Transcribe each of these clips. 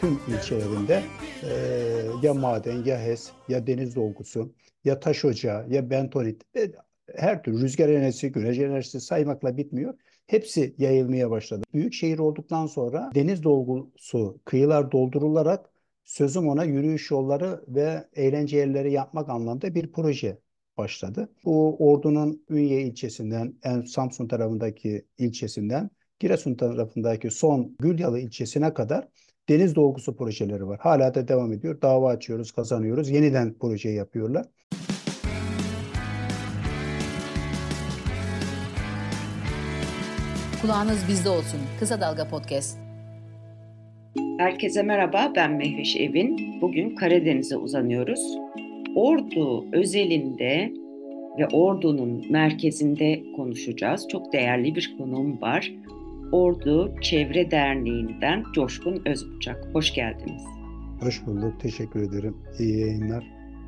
tüm ilçelerinde ya maden, ya HES, ya deniz dolgusu, ya taş ocağı, ya bentonit, her türlü rüzgar enerjisi, güneş enerjisi saymakla bitmiyor. Hepsi yayılmaya başladı. Büyük şehir olduktan sonra deniz dolgusu, kıyılar doldurularak sözüm ona yürüyüş yolları ve eğlence yerleri yapmak anlamda bir proje başladı. Bu Ordu'nun Ünye ilçesinden, Samsun tarafındaki ilçesinden, Giresun tarafındaki son Gülyalı ilçesine kadar deniz dolgusu projeleri var. Hala da devam ediyor. Dava açıyoruz, kazanıyoruz. Yeniden proje yapıyorlar. Kulağınız bizde olsun. Kısa Dalga Podcast. Herkese merhaba, ben Mehveş Evin. Bugün Karadeniz'e uzanıyoruz. Ordu özelinde ve Ordu'nun merkezinde konuşacağız. Çok değerli bir konuğum var. Ordu Çevre Derneği'nden Coşkun Özbucak. Hoş geldiniz. Hoş bulduk. Teşekkür ederim. İyi yayınlar.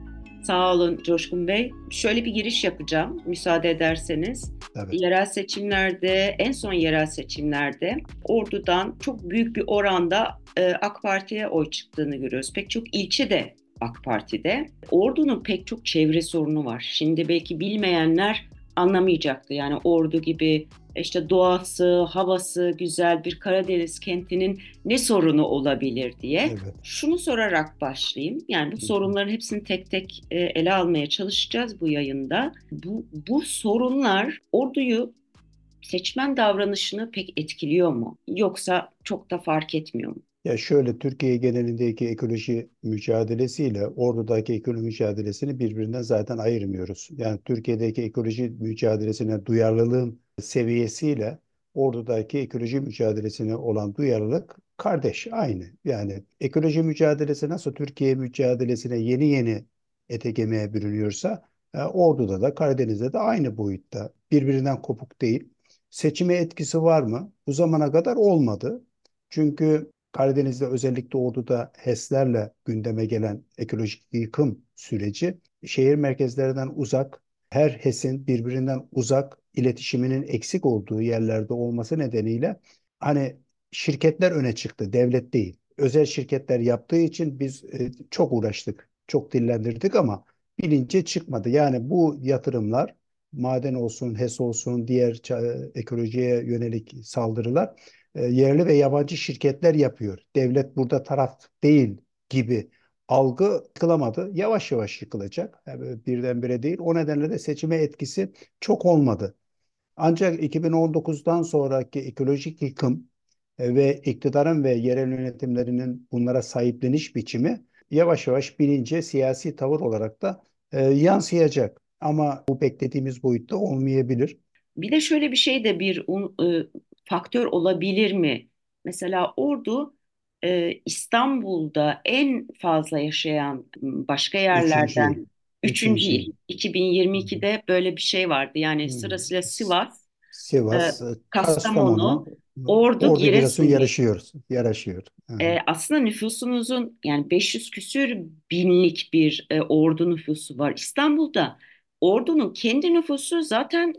Sağ olun Coşkun Bey. Şöyle bir giriş yapacağım, müsaade ederseniz. Evet. Yerel seçimlerde, en son yerel seçimlerde Ordu'dan çok büyük bir oranda AK Parti'ye oy çıktığını görüyoruz. Pek çok ilçe de AK Parti'de. Ordu'nun pek çok çevre sorunu var. Şimdi belki bilmeyenler anlamayacaktı. Yani Ordu gibi işte doğası, havası güzel bir Karadeniz kentinin ne sorunu olabilir diye. Evet. Şunu sorarak başlayayım. Yani bu sorunların hepsini tek tek ele almaya çalışacağız bu yayında. Bu sorunlar Ordu'yu, seçmen davranışını pek etkiliyor mu? Yoksa çok da fark etmiyor mu? Ya şöyle, Türkiye genelindeki ekoloji mücadelesiyle Ordu'daki ekoloji mücadelesini birbirinden zaten ayırmıyoruz. Yani Türkiye'deki ekoloji mücadelesine duyarlılığın seviyesiyle Ordu'daki ekoloji mücadelesine olan duyarlılık kardeş, aynı. Yani ekoloji mücadelesi nasıl Türkiye mücadelesine yeni yeni ete kemiğe bürünüyorsa Ordu'da da Karadeniz'de de aynı boyutta. Birbirinden kopuk değil. Seçime etkisi var mı? Bu zamana kadar olmadı. Çünkü Karadeniz'de, özellikle Ordu'da HES'lerle gündeme gelen ekolojik yıkım süreci şehir merkezlerinden uzak, her HES'in birbirinden uzak, iletişiminin eksik olduğu yerlerde olması nedeniyle hani şirketler öne çıktı, devlet değil. Özel şirketler yaptığı için biz çok uğraştık, çok dillendirdik ama bilince çıkmadı. Yani bu yatırımlar, maden olsun, HES olsun, diğer ekolojiye yönelik saldırılar yerli ve yabancı şirketler yapıyor. Devlet burada taraf değil gibi algı yıkılamadı. Yavaş yavaş yıkılacak. Yani birdenbire değil. O nedenle de seçime etkisi çok olmadı. Ancak 2019'dan sonraki ekolojik yıkım ve iktidarın ve yerel yönetimlerinin bunlara sahipleniş biçimi yavaş yavaş bilince, siyasi tavır olarak da yansıyacak. Ama bu beklediğimiz boyutta olmayabilir. Bir de şöyle bir şey de faktör olabilir mi? Mesela Ordu İstanbul'da en fazla yaşayan başka Üçüncü yerlerden il. üçüncü Üçüncü il. il. Hı hı. 2022'de böyle bir şey vardı. Yani Hmm. sırasıyla Sivas, e, Sivas, Kastamonu, Kastamonu, Ordu, Ordu, Giresun Giresun diye. yarışıyor. Yarışıyor. Hı hı. Aslında nüfusumuzun yani 500 küsür binlik bir ordu nüfusu var. İstanbul'da ordunun kendi nüfusu zaten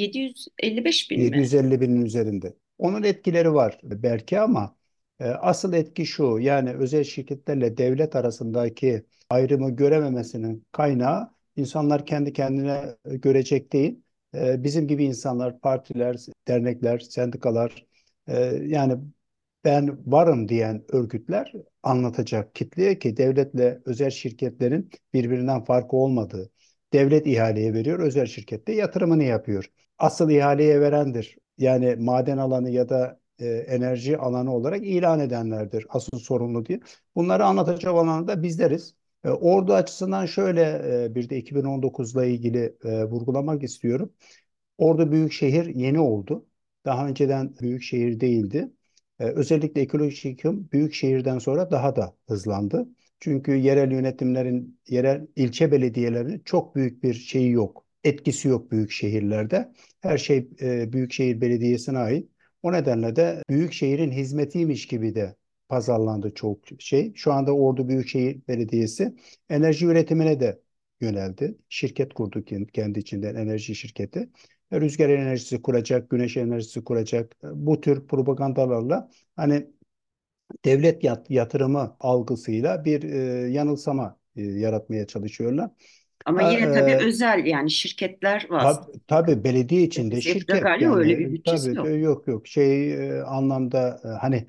755 bin mi? 750 binin üzerinde. Onun etkileri var belki ama asıl etki şu: yani özel şirketlerle devlet arasındaki ayrımı görememesinin kaynağı insanlar kendi kendine görecek değil. Bizim gibi insanlar, partiler, dernekler, sendikalar, yani ben varım diyen örgütler anlatacak kitleye ki devletle özel şirketlerin birbirinden farkı olmadığı. Devlet ihaleye veriyor, özel şirkette yatırımını yapıyor. Asıl ihaleye verendir. Yani maden alanı ya da enerji alanı olarak ilan edenlerdir asıl sorumlu diye. Bunları anlatacak olan da bizleriz. Ordu açısından şöyle bir de 2019'la ilgili vurgulamak istiyorum. Ordu Büyükşehir yeni oldu. Daha önceden Büyükşehir değildi. Özellikle ekolojik yıkım Büyükşehir'den sonra daha da hızlandı. Çünkü yerel yönetimlerin, yerel ilçe belediyelerinin çok büyük bir şeyi yok. Etkisi yok büyük şehirlerde. Her şey Büyükşehir Belediyesi'ne ait. O nedenle de Büyükşehir'in hizmetiymiş gibi de pazarlandı çok şey. Şu anda Ordu Büyükşehir Belediyesi enerji üretimine de yöneldi. Şirket kurdu kendi içinden, enerji şirketi. Rüzgar enerjisi kuracak, güneş enerjisi kuracak. Bu tür propagandalarla hani devlet yatırımı algısıyla bir yanılsama yaratmaya çalışıyorlar. Ama Ha, yine tabii özel, yani şirketler vasıtasıyla. tabii belediye içinde Siirt'te şirket galiba öyle bir yani bütçesi tabii yok. yok yok şey anlamda hani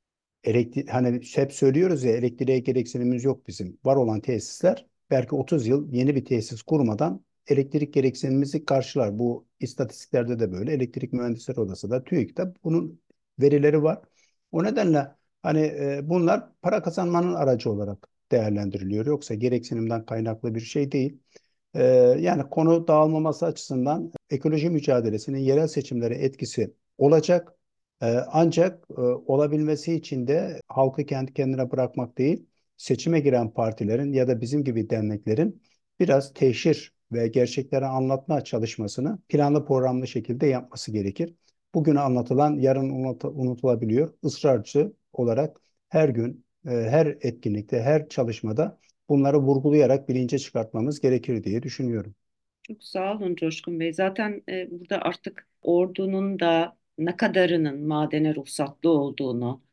hani hep söylüyoruz ya elektriğe gereksinimimiz yok bizim. Var olan tesisler belki 30 yıl yeni bir tesis kurmadan elektrik gereksinimimizi karşılar. Bu istatistiklerde de böyle. Elektrik Mühendisleri Odası da TÜİK'te bunun verileri var. O nedenle hani bunlar para kazanmanın aracı olarak değerlendiriliyor. Yoksa gereksinimden kaynaklı bir şey değil. Ee, Yani konu dağılmaması açısından ekoloji mücadelesinin yerel seçimlere etkisi olacak. Ancak olabilmesi için de halkı kendi kendine bırakmak değil, seçime giren partilerin ya da bizim gibi derneklerin biraz teşhir ve gerçekleri anlatma çalışmasını planlı programlı şekilde yapması gerekir. Bugün anlatılan yarın unutulabiliyor. Israrcı olarak her gün, her etkinlikte, her çalışmada bunları vurgulayarak bilince çıkartmamız gerekir diye düşünüyorum. Çok sağ olun Coşkun Bey. Zaten burada artık ordunun da ne kadarının madene ruhsatlı olduğunu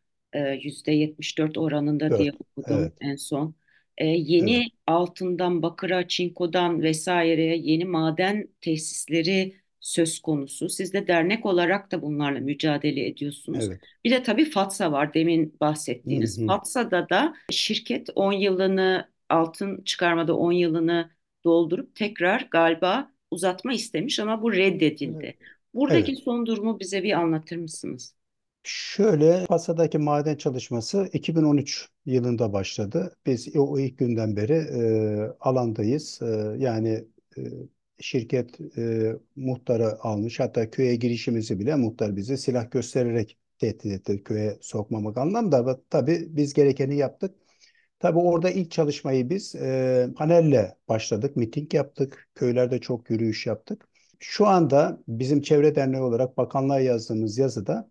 %74 oranında diye Dört. okudum Evet, en son. evet, Yeni altından, bakıra, çinkodan vesaireye yeni maden tesisleri söz konusu. Siz de dernek olarak da bunlarla mücadele ediyorsunuz. evet. Bir de tabii Fatsa var, demin Hı bahsettiğiniz. hı. Fatsa'da da şirket 10 yılını, altın çıkarmada 10 yılını doldurup tekrar galiba uzatma istemiş ama bu reddedildi. Buradaki Evet. son durumu bize bir anlatır mısınız? Şöyle, Fasa'daki maden çalışması 2013 yılında başladı. Biz o ilk günden beri alandayız. Yani e, şirket muhtarı almış. Hatta köye girişimizi bile muhtar bize silah göstererek tehdit etti. Köye sokmamak anlamda. Ve tabii biz gerekeni yaptık. Tabii orada ilk çalışmayı biz panelle başladık. Miting yaptık. Köylerde çok yürüyüş yaptık. Şu anda bizim çevre derneği olarak bakanlığa yazdığımız yazıda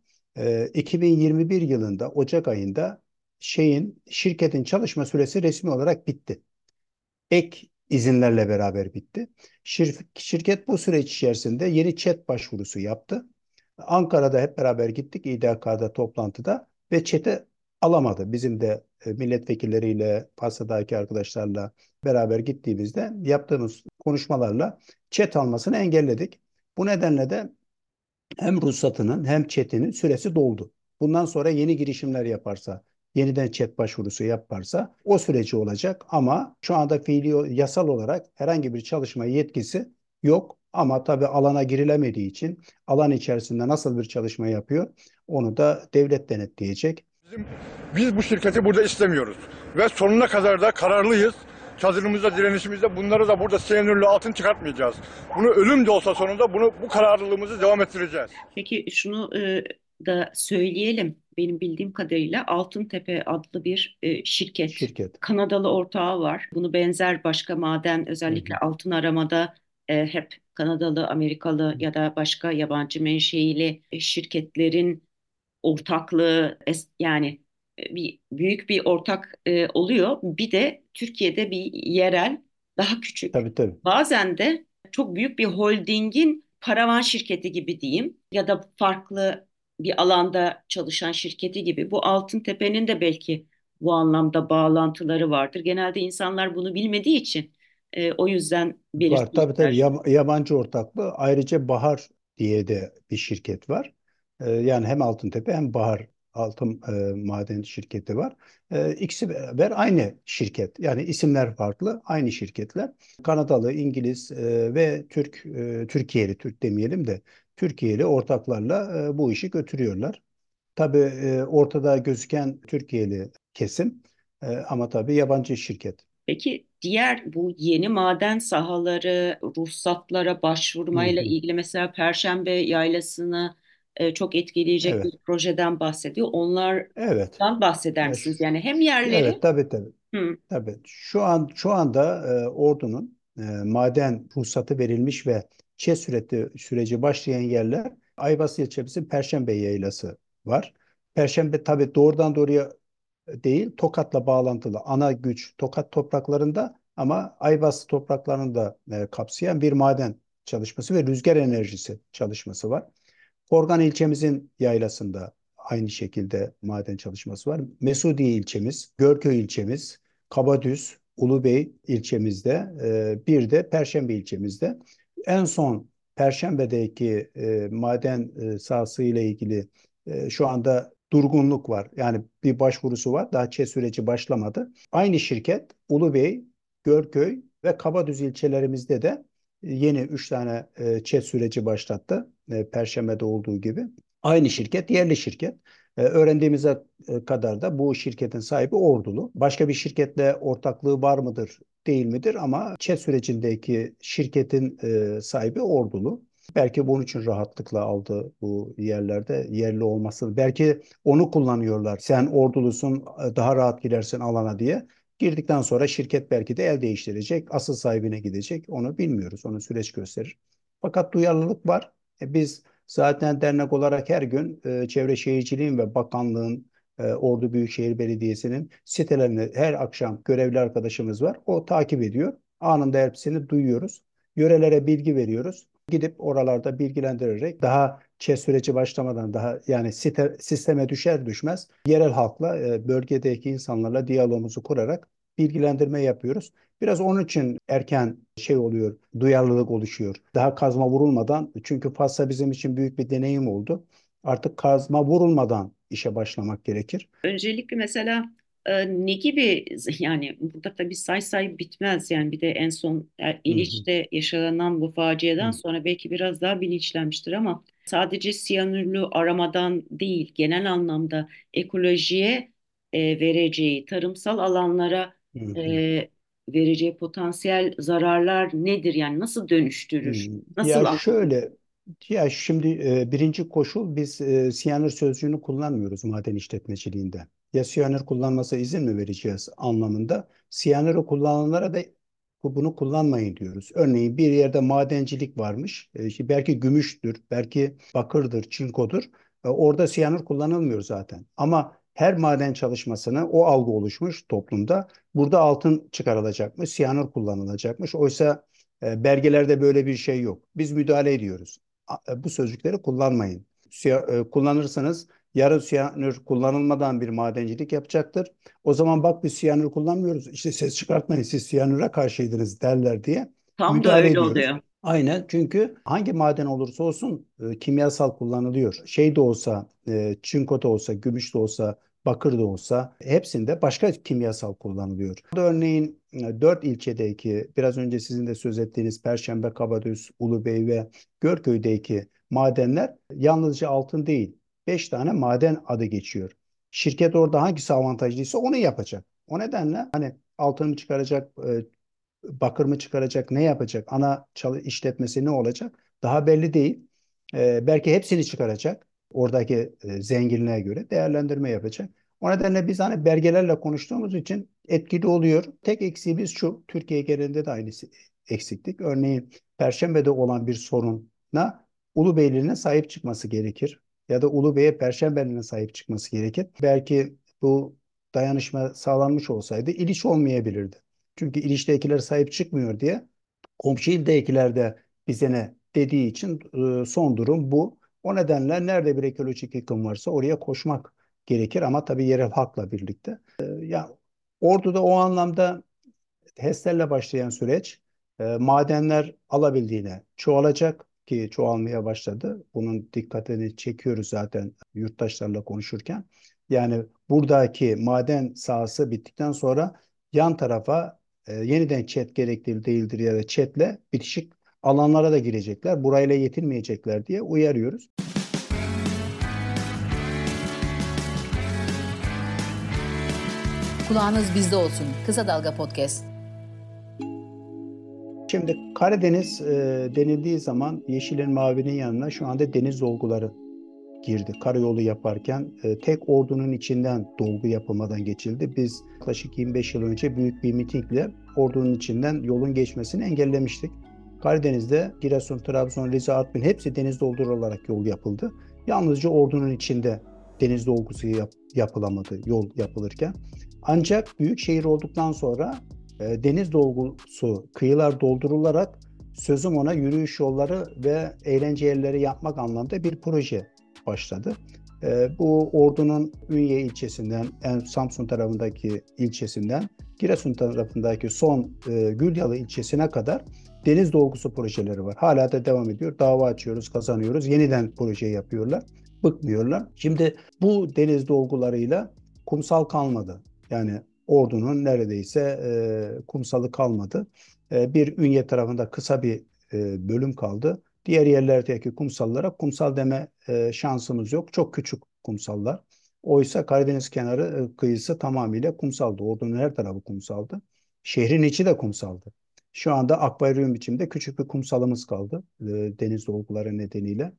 2021 yılında Ocak ayında şirketin çalışma süresi resmi olarak bitti. Ek izinlerle beraber bitti. Şirket bu süreç içerisinde yeni ÇED başvurusu yaptı. Ankara'da hep beraber gittik İDK'da toplantıda ve ÇED'i alamadı. Bizim de milletvekilleriyle, Fas'taki arkadaşlarla beraber gittiğimizde yaptığımız konuşmalarla ÇED almasını engelledik. Bu nedenle de hem ruhsatının hem chat'inin süresi doldu. Bundan sonra yeni girişimler yaparsa, yeniden chat başvurusu yaparsa o süreci olacak ama şu anda fiili yasal olarak herhangi bir çalışma yetkisi yok. Ama tabii alana girilemediği için alan içerisinde nasıl bir çalışma yapıyor onu da devlet denetleyecek. Biz bu şirketi burada istemiyoruz. Ve sonuna kadar da kararlıyız. Çadırımızda, direnişimizde bunları da burada siyanürlü altın çıkartmayacağız. Bunu ölüm de olsa sonunda bu kararlılığımızı devam ettireceğiz. Peki şunu da söyleyelim. Benim bildiğim kadarıyla Altıntepe adlı bir şirket, Şirket. Kanadalı ortağı var. Bunu benzer başka maden, Hı özellikle hı. altın aramada hep Kanadalı, Amerikalı ya da başka yabancı menşeili şirketlerin ortaklığı, yani bir büyük bir ortak oluyor. Bir de Türkiye'de bir yerel, daha küçük. Tabii tabii. Bazen de çok büyük bir holdingin paravan şirketi gibi diyeyim ya da farklı bir alanda çalışan şirketi gibi. Bu Altıntepe'nin de belki bu anlamda bağlantıları vardır. Genelde insanlar bunu bilmediği için o yüzden Var tabii tabii belirtmişler. Yabancı ortaklığı. Ayrıca Bahar diye de bir şirket var. Yani hem Altıntepe hem Bahar altın maden şirketi var. İkisi beraber aynı şirket. Yani isimler farklı, aynı şirketler. Kanadalı, İngiliz ve Türkiye'li, Türk demeyelim de Türkiye'li ortaklarla bu işi götürüyorlar. Tabii ortada gözüken Türkiye'li kesim ama tabii yabancı şirket. Peki diğer bu yeni maden sahaları, ruhsatlara Hı başvurmayla hı. ilgili mesela Perşembe Yaylası'nı çok etkileyecek Evet, bir projeden bahsediyor. evet. Onlardan bahseder Ya misiniz? Yani hem yerleri. evet tabii tabii. Hı, Tabii. Şu anda Ordu'nun maden ruhsatı verilmiş ve süreci başlayan yerler Ayvası ilçemizin Perşembe Yaylası var. Perşembe tabii doğrudan doğruya değil Tokat'la bağlantılı ana güç Tokat topraklarında ama Ayvası topraklarını da kapsayan bir maden çalışması ve rüzgar enerjisi çalışması var. Organ ilçemizin yaylasında aynı şekilde maden çalışması var. Mesudiye ilçemiz, Görköy ilçemiz, Kabadüz, Ulubey ilçemizde, bir de Perşembe ilçemizde. En son Perşembe'deki maden sahası ile ilgili şu anda durgunluk var. Yani bir başvurusu var. Daha ÇED süreci başlamadı. Aynı şirket Ulubey, Görköy ve Kabadüz ilçelerimizde de yeni 3 tane ÇED süreci başlattı. Perşembe'de olduğu gibi. Aynı şirket, yerli şirket. Öğrendiğimize kadar da bu şirketin sahibi Ordulu. Başka bir şirketle ortaklığı var mıdır, değil midir? Ama ÇED sürecindeki şirketin sahibi Ordulu. Belki bunun için rahatlıkla aldı bu yerlerde yerli olması. Belki onu kullanıyorlar. Sen Ordulusun, daha rahat girersin alana diye. Girdikten sonra şirket belki de el değiştirecek, asıl sahibine gidecek. Onu bilmiyoruz. Onu süreç gösterir. Fakat duyarlılık var. Biz zaten dernek olarak her gün Çevre Şehirciliğin ve Bakanlığın, Ordu Büyükşehir Belediyesi'nin sitelerine her akşam görevli arkadaşımız var. O takip ediyor. Anında hepsini duyuyoruz. Yörelere bilgi veriyoruz. Gidip oralarda bilgilendirerek daha ÇED süreci başlamadan daha yani sisteme düşer düşmez yerel halkla, bölgedeki insanlarla diyalogumuzu kurarak bilgilendirme yapıyoruz. Biraz onun için erken şey oluyor, duyarlılık oluşuyor. Daha kazma vurulmadan, çünkü Fassa bizim için büyük bir deneyim oldu. Artık kazma vurulmadan işe başlamak gerekir. Öncelikle mesela ne gibi, yani burada tabii say bitmez, yani bir de en son Hı hı. İliç'te yaşanan bu faciadan Hı sonra belki biraz daha bilinçlenmiştir ama sadece siyanürlü aramadan değil, genel anlamda ekolojiye vereceği, tarımsal alanlara hı. Hı. e, vereceği potansiyel zararlar nedir, yani nasıl dönüştürür, nasıl Ya şöyle, ya şimdi birinci koşul, biz siyanür sözcüğünü kullanmıyoruz maden işletmeciliğinde. Ya siyanür kullanmasa izin mi vereceğiz anlamında. Siyanürü kullananlara da bunu kullanmayın diyoruz. Örneğin bir yerde madencilik varmış. İşte belki gümüştür, belki bakırdır, çinkodur. Orada siyanür kullanılmıyor zaten. Ama her maden çalışmasını o algı oluşmuş toplumda. Burada altın çıkarılacakmış, siyanür kullanılacakmış. Oysa belgelerde böyle bir şey yok. Biz müdahale ediyoruz. Bu sözcükleri kullanmayın. Kullanırsanız yarın siyanür kullanılmadan bir madencilik yapacaktır. O zaman bak biz siyanür kullanmıyoruz, İşte ses çıkartmayın, siz siyanüre karşıydınız derler diye tam da müdahale öyle ediyoruz. oluyor. Aynen, çünkü hangi maden olursa olsun kimyasal kullanılıyor. Şey de olsa, çinko da olsa, gümüş de olsa, bakır da olsa hepsinde başka kimyasal kullanılıyor. Örneğin 4 ilçedeki biraz önce sizin de söz ettiğiniz Perşembe, Kabadüz, Ulubey ve Görköy'deki madenler yalnızca altın değil, 5 tane maden adı geçiyor. Şirket orada hangisi avantajlıysa onu yapacak. O nedenle hani altın mı çıkaracak, bakır mı çıkaracak, ne yapacak, ana işletmesi ne olacak daha belli değil. Belki hepsini çıkaracak. Oradaki zenginliğe göre değerlendirme yapacak. O nedenle biz hani belgelerle konuştuğumuz için etkili oluyor. Tek eksiğimiz şu, Türkiye genelinde de aynı eksiklik. Örneğin Perşembe'de olan bir soruna Ulubeyli'ne sahip çıkması gerekir. Ya da Ulubey'e Perşembeli'ne sahip çıkması gerekir. Belki bu dayanışma sağlanmış olsaydı İliç olmayabilirdi. Çünkü İliç'tekiler sahip çıkmıyor diye komşu ildekiler de bize ne dediği için son durum bu. O nedenle nerede bir ekolojik yıkım varsa oraya koşmak gerekir, ama tabii yerel halkla birlikte. Ya Ordu'da o anlamda HES'lerle başlayan süreç madenler alabildiğine çoğalacak, ki çoğalmaya başladı. Bunun dikkatini çekiyoruz zaten yurttaşlarla konuşurken. Yani buradaki maden sahası bittikten sonra yan tarafa yeniden ÇED gerekli değildir ya da ÇED'le bitişik alanlara da girecekler. Burayla yetinmeyecekler diye uyarıyoruz. Kulağınız bizde olsun. Kısa Dalga Podcast. Şimdi Karadeniz denildiği zaman yeşilin mavinin yanına şu anda deniz dolguları girdi. Karayolu yaparken tek Ordu'nun içinden dolgu yapılmadan geçildi. Biz yaklaşık 25 yıl önce büyük bir mitingle Ordu'nun içinden yolun geçmesini engellemiştik. Karadeniz'de Giresun, Trabzon, Rize, Artvin hepsi deniz doldurularak yol yapıldı. Yalnızca Ordu'nun içinde deniz dolgusu yapılamadı yol yapılırken. Ancak büyük şehir olduktan sonra deniz dolgusu, kıyılar doldurularak sözüm ona yürüyüş yolları ve eğlence yerleri yapmak anlamda bir proje başladı. Bu Ordu'nun Ünye ilçesinden, Samsun tarafındaki ilçesinden, Giresun tarafındaki son Gülyalı ilçesine kadar deniz dolgusu projeleri var. Hala da devam ediyor. Dava açıyoruz, kazanıyoruz. Yeniden proje yapıyorlar. Bıkmıyorlar. Şimdi bu deniz dolgularıyla kumsal kalmadı. Yani Ordu'nun neredeyse kumsalı kalmadı. Bir Ünye tarafında kısa bir bölüm kaldı. Diğer yerlerdeki kumsallara kumsal deme şansımız yok. Çok küçük kumsallar. Oysa Karadeniz kenarı kıyısı tamamıyla kumsaldı. Ordu'nun her tarafı kumsaldı. Şehrin içi de kumsaldı. Şu anda akvaryum biçimde küçük bir kumsalımız kaldı deniz dolguları nedeniyle.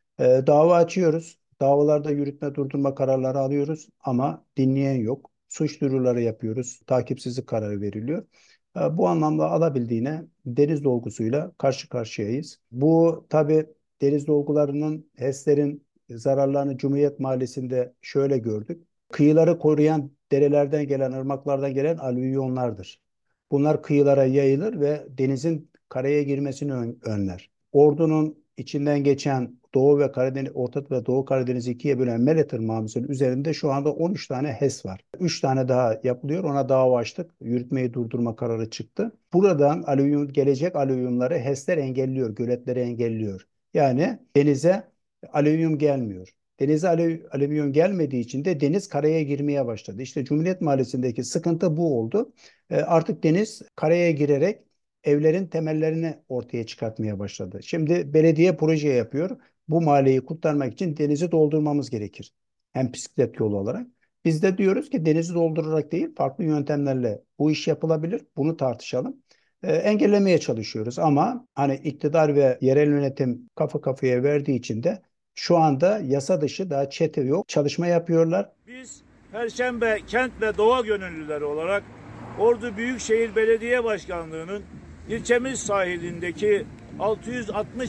Dava açıyoruz. Davalarda yürütme durdurma kararları alıyoruz ama dinleyen yok. Suç duyuruları yapıyoruz. Takipsizlik kararı veriliyor. Bu anlamda alabildiğine deniz dolgusuyla karşı karşıyayız. Bu tabii deniz dolgularının, HES'lerin zararlarını Cumhuriyet Mahallesi'nde şöyle gördük. Kıyıları koruyan derelerden gelen, ırmaklardan gelen alüvyonlardır. Bunlar kıyılara yayılır ve denizin karaya girmesini önler. Ordu'nun içinden geçen Doğu ve Karadeniz, Orta ve Doğu Karadeniz'i ikiye bölen Melet Irmağımızın üzerinde şu anda 13 tane HES var. 3 tane daha yapılıyor. Ona dava açtık. Yürütmeyi durdurma kararı çıktı. Buradan gelecek alüvyumları HES'ler engelliyor, göletleri engelliyor. Yani denize alüvyum gelmiyor. Denize alüvyum gelmediği için de deniz karaya girmeye başladı. İşte Cumhuriyet Mahallesi'ndeki sıkıntı bu oldu. Artık deniz karaya girerek evlerin temellerini ortaya çıkartmaya başladı. Şimdi belediye proje yapıyor. Bu mahalleyi kurtarmak için denizi doldurmamız gerekir. Hem bisiklet yolu olarak. Biz de diyoruz ki denizi doldurarak değil, farklı yöntemlerle bu iş yapılabilir. Bunu tartışalım. Engellemeye çalışıyoruz ama hani iktidar ve yerel yönetim kafa kafaya verdiği için de şu anda yasa dışı, daha çete yok, çalışma yapıyorlar. Biz Perşembe Kent ve Doğa Gönüllüleri olarak Ordu Büyükşehir Belediye Başkanlığı'nın ilçemiz sahilindeki 660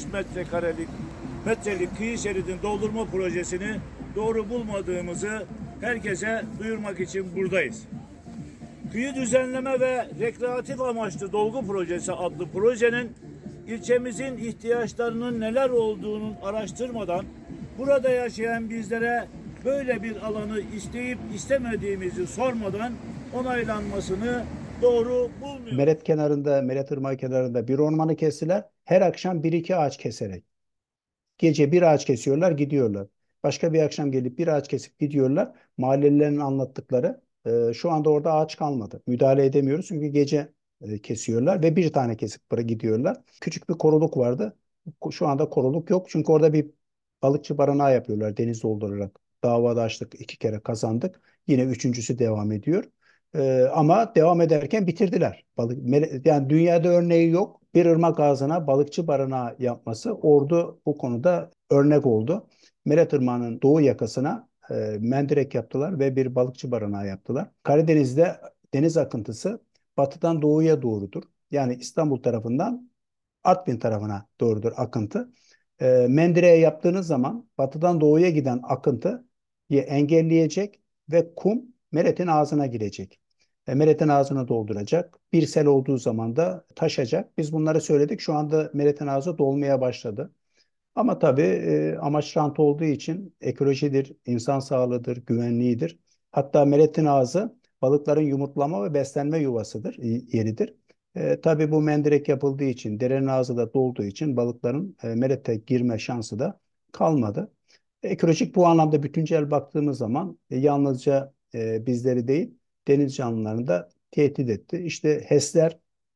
metrelik kıyı şeridin doldurma projesini doğru bulmadığımızı herkese duyurmak için buradayız. Kıyı düzenleme ve rekreatif amaçlı dolgu projesi adlı projenin ilçemizin ihtiyaçlarının neler olduğunu araştırmadan burada yaşayan bizlere böyle bir alanı isteyip istemediğimizi sormadan onaylanmasını doğru bulmuyoruz. Meret Irmağı kenarında bir ormanı kestiler. Her akşam bir iki ağaç keserek. Gece bir ağaç kesiyorlar, gidiyorlar. Başka bir akşam gelip bir ağaç kesip gidiyorlar. Mahallelilerin anlattıkları şu anda orada ağaç kalmadı. Müdahale edemiyoruz çünkü gece kesiyorlar ve bir tane kesip gidiyorlar. Küçük bir koruluk vardı. Şu anda koruluk yok çünkü orada bir balıkçı barınağı yapıyorlar deniz doldurarak. Davada açtık, 2 kere kazandık. Yine üçüncüsü devam ediyor. Ama devam ederken bitirdiler. Yani dünyada örneği yok. Bir ırmak ağzına balıkçı barınağı yapması Ordu bu konuda örnek oldu. Melet Irmağı'nın doğu yakasına mendirek yaptılar ve bir balıkçı barınağı yaptılar. Karadeniz'de deniz akıntısı batıdan doğuya doğrudur. Yani İstanbul tarafından Artvin tarafına doğrudur akıntı. Mendireğe yaptığınız zaman batıdan doğuya giden akıntıyı engelleyecek ve kum Meret'in ağzına girecek. Meret'in ağzını dolduracak. Bir sel olduğu zaman da taşacak. Biz bunları söyledik. Şu anda Meret'in ağzı dolmaya başladı. Ama tabii amaç rant olduğu için ekolojidir, insan sağlığıdır, güvenliğidir. Hatta Meret'in ağzı balıkların yumurtlama ve beslenme yuvasıdır, yeridir. Tabii bu mendirek yapıldığı için, derenin ağzı da dolduğu için balıkların Meret'e girme şansı da kalmadı. Ekolojik bu anlamda bütüncel baktığımız zaman yalnızca bizleri değil, deniz canlılarını da tehdit etti. İşte HES'ler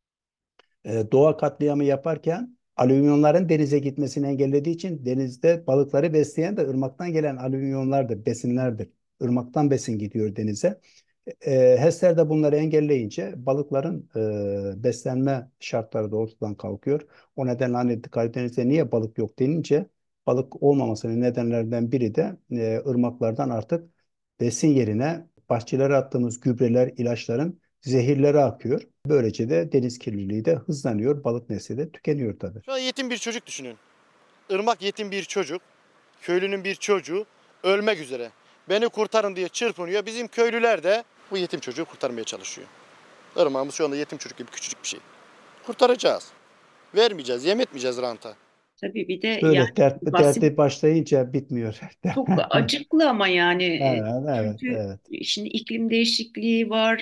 doğa katliamı yaparken alüvyonların denize gitmesini engellediği için denizde balıkları besleyen de ırmaktan gelen alüvyonlardır, besinlerdir. Irmaktan besin gidiyor denize. HES'ler de bunları engelleyince balıkların beslenme şartları da ortadan kalkıyor. O nedenle hani Karadeniz'de niye balık yok denince balık olmamasının nedenlerinden biri de ırmaklardan artık besin yerine bahçelere attığımız gübreler, ilaçların zehirleri akıyor. Böylece de deniz kirliliği de hızlanıyor. Balık nesli de tükeniyor tabii. Şu an yetim bir çocuk düşünün. Irmak yetim bir çocuk. Köylünün bir çocuğu ölmek üzere. Beni kurtarın diye çırpınıyor. Bizim köylüler de bu yetim çocuğu kurtarmaya çalışıyor. Irmağımız şu anda yetim çocuk gibi küçücük bir şey. Kurtaracağız. Vermeyeceğiz, yem etmeyeceğiz ranta. Tabii bir de yani Böyle basit, derdi başlayınca bitmiyor. çok acıklı ama yani Evet, evet, çünkü evet, şimdi iklim değişikliği var.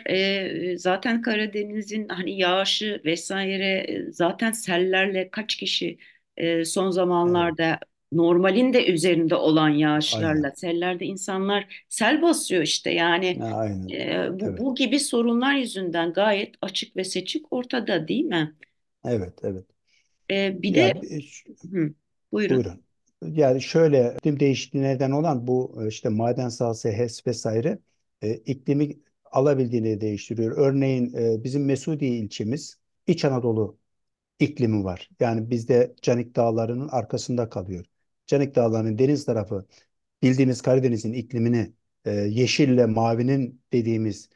Zaten Karadeniz'in hani yağışı vesaire, zaten sellerle kaç kişi son evet. zamanlarda normalin de üzerinde olan Aynen. yağışlarla sellerde insanlar sel basıyor işte yani. Ha, aynen. Evet, Bu gibi sorunlar yüzünden gayet açık ve seçik ortada, değil mi? evet, evet. Bir de Ya hı, buyurun. buyurun. Yani şöyle iklim değişikliği neden olan bu işte maden sahası, HES vesaire iklimi alabildiğini değiştiriyor. Örneğin bizim Mesudiye ilçemiz İç Anadolu iklimi var. Yani bizde Canik Dağları'nın arkasında kalıyor. Canik Dağları'nın deniz tarafı bildiğimiz Karadeniz'in iklimini yeşille mavinin dediğimiz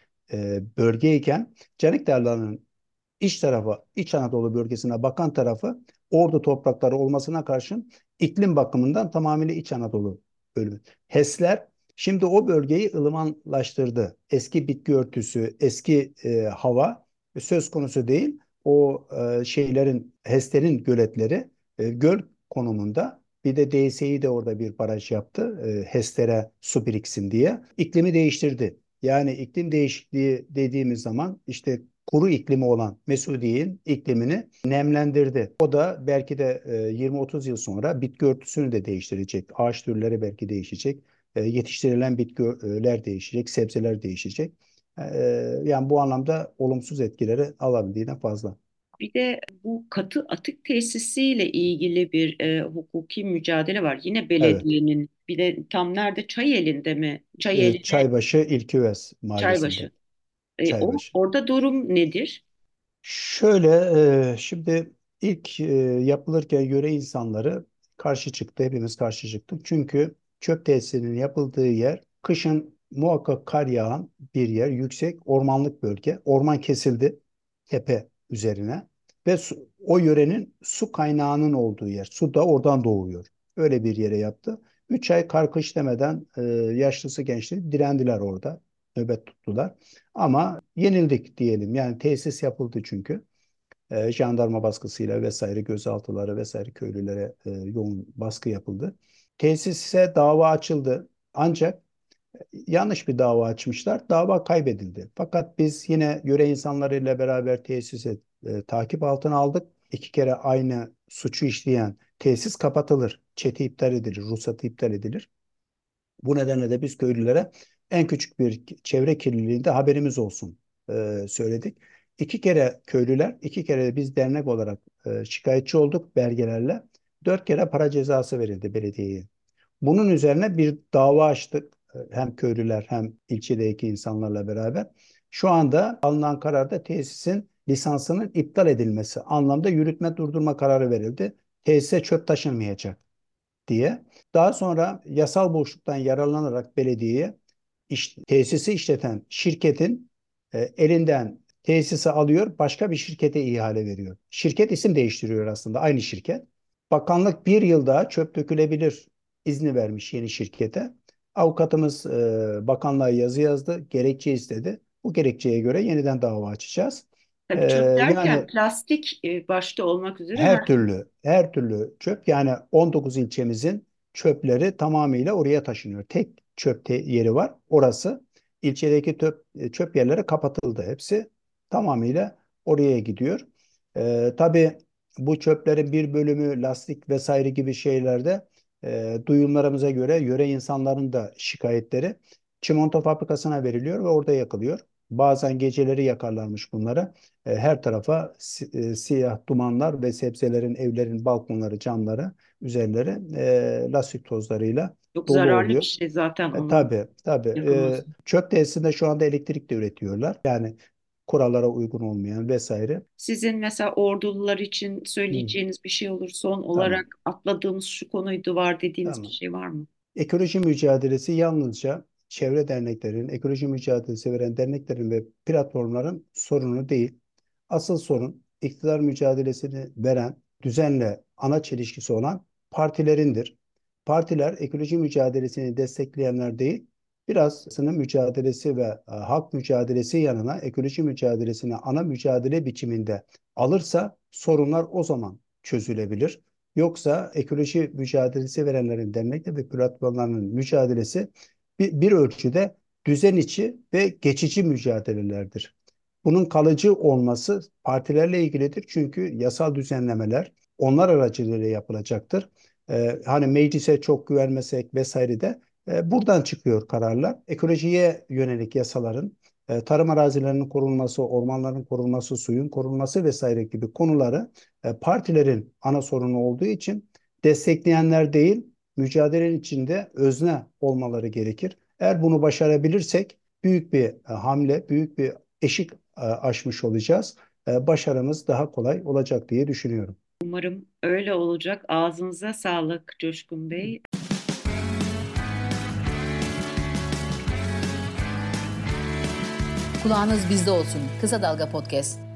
bölgeyken Canik Dağları'nın İç tarafı, İç Anadolu bölgesine bakan tarafı Ordu toprakları olmasına karşın iklim bakımından tamamıyla İç Anadolu bölümü. HES'ler şimdi o bölgeyi ılımanlaştırdı. Eski bitki örtüsü, eski hava söz konusu değil. O şeylerin, HES'lerin göletleri göl konumunda. Bir de DSİ de orada bir baraj yaptı. HES'lere su biriksin diye. İklimi değiştirdi. Yani iklim değişikliği dediğimiz zaman işte kuru iklimi olan Mesudiye'nin iklimini nemlendirdi. O da belki de 20-30 yıl sonra bitki örtüsünü de değiştirecek. Ağaç türleri belki değişecek. Yetiştirilen bitkiler değişecek, sebzeler değişecek. E, Yani bu anlamda olumsuz etkileri alabildiğine fazla. Bir de bu katı atık tesisiyle ilgili bir hukuki mücadele var. Yine Evet. belediyenin, bir de tam nerede? Çayeli'nde mi? Çayeli'ne, Çaybaşı İlköves mahallesinde. Çaybaşı. Çaybaşı. Orada durum nedir? Şöyle şimdi ilk yapılırken yöre insanları karşı çıktı. Hepimiz karşı çıktık. Çünkü çöp tesisinin yapıldığı yer kışın muhakkak kar yağan bir yer. Yüksek ormanlık bölge. Orman kesildi tepe üzerine ve o yörenin su kaynağının olduğu yer. Su da oradan doğuyor. Öyle bir yere yaptı. 3 ay kar kış demeden yaşlısı gençleri direndiler orada. Nöbet tuttular. Ama yenildik diyelim. Yani tesis yapıldı çünkü. Jandarma baskısıyla vesaire gözaltıları vesaire köylülere yoğun baskı yapıldı. Tesise dava açıldı. Ancak yanlış bir dava açmışlar. Dava kaybedildi. Fakat biz yine yöre insanlarıyla beraber tesise takip altına aldık. 2 kere aynı suçu işleyen tesis kapatılır. Çeti iptal edilir, ruhsatı iptal edilir. Bu nedenle de biz köylülere en küçük bir çevre kirliliğinde haberimiz olsun söyledik. 2 kere köylüler, 2 kere de biz dernek olarak şikayetçi olduk belgelerle. 4 kere para cezası verildi belediyeye. Bunun üzerine bir dava açtık. Hem köylüler hem ilçedeki insanlarla beraber. Şu anda alınan kararda tesisin lisansının iptal edilmesi anlamda yürütme durdurma kararı verildi. Tesise çöp taşınmayacak diye. Daha sonra yasal boşluktan yararlanarak belediyeye tesisi işleten şirketin elinden tesisi alıyor, başka bir şirkete ihale veriyor. Şirket isim değiştiriyor aslında, aynı şirket. Bakanlık 1 yıl daha çöp dökülebilir izni vermiş yeni şirkete. Avukatımız bakanlığa yazı yazdı, gerekçe istedi. Bu gerekçeye göre yeniden dava açacağız. E, Tabii çöp derken Yani plastik başta olmak üzere her türlü, her türlü çöp yani 19 ilçemizin çöpleri tamamıyla oraya taşınıyor. Tek yeri var. Orası ilçedeki çöp yerleri kapatıldı. Hepsi tamamıyla oraya gidiyor. Tabii bu çöplerin bir bölümü lastik vesaire gibi şeylerde duyumlarımıza göre yöre insanların da şikayetleri çimento fabrikasına veriliyor ve orada yakılıyor. Bazen geceleri yakarlarmış bunları. Her tarafa siyah dumanlar ve sebzelerin, evlerin balkonları, camları, üzerleri lastik tozlarıyla çok dolu zararlı bir oluyor. şey zaten onun Tabii, tabii. yakılması. Çöp tesisinde şu anda elektrik de üretiyorlar. Yani kurallara uygun olmayan vesaire. Sizin mesela Ordulular için Hı, söyleyeceğiniz bir şey olur. Son olarak tamam, atladığımız şu konuydu var dediğiniz bir tamam. şey var mı? Ekoloji mücadelesi yalnızca çevre derneklerin, ekoloji mücadelesi veren derneklerin ve platformların sorunu değil. Asıl sorun iktidar mücadelesini veren, düzenle ana çelişkisi olan partilerindir. Partiler ekoloji mücadelesini destekleyenler değil, biraz sınıf mücadelesi ve halk mücadelesi yanına ekoloji mücadelesini ana mücadele biçiminde alırsa sorunlar o zaman çözülebilir. Yoksa ekoloji mücadelesi verenlerin, dernekler ve platformlarının mücadelesi bir ölçüde düzen içi ve geçici mücadelelerdir. Bunun kalıcı olması partilerle ilgilidir. Çünkü yasal düzenlemeler onlar aracılığıyla yapılacaktır. Hani meclise çok güvenmesek vesaire de buradan çıkıyor kararlar. Ekolojiye yönelik yasaların, tarım arazilerinin korunması, ormanların korunması, suyun korunması vesaire gibi konuları partilerin ana sorunu olduğu için destekleyenler değil, mücadelenin içinde özne olmaları gerekir. Eğer bunu başarabilirsek büyük bir hamle, büyük bir eşik aşmış olacağız. Başarımız daha kolay olacak diye düşünüyorum. Umarım öyle olacak. Ağzınıza sağlık Coşkun Bey. Kulağınız bizde olsun. Kısa Dalga Podcast.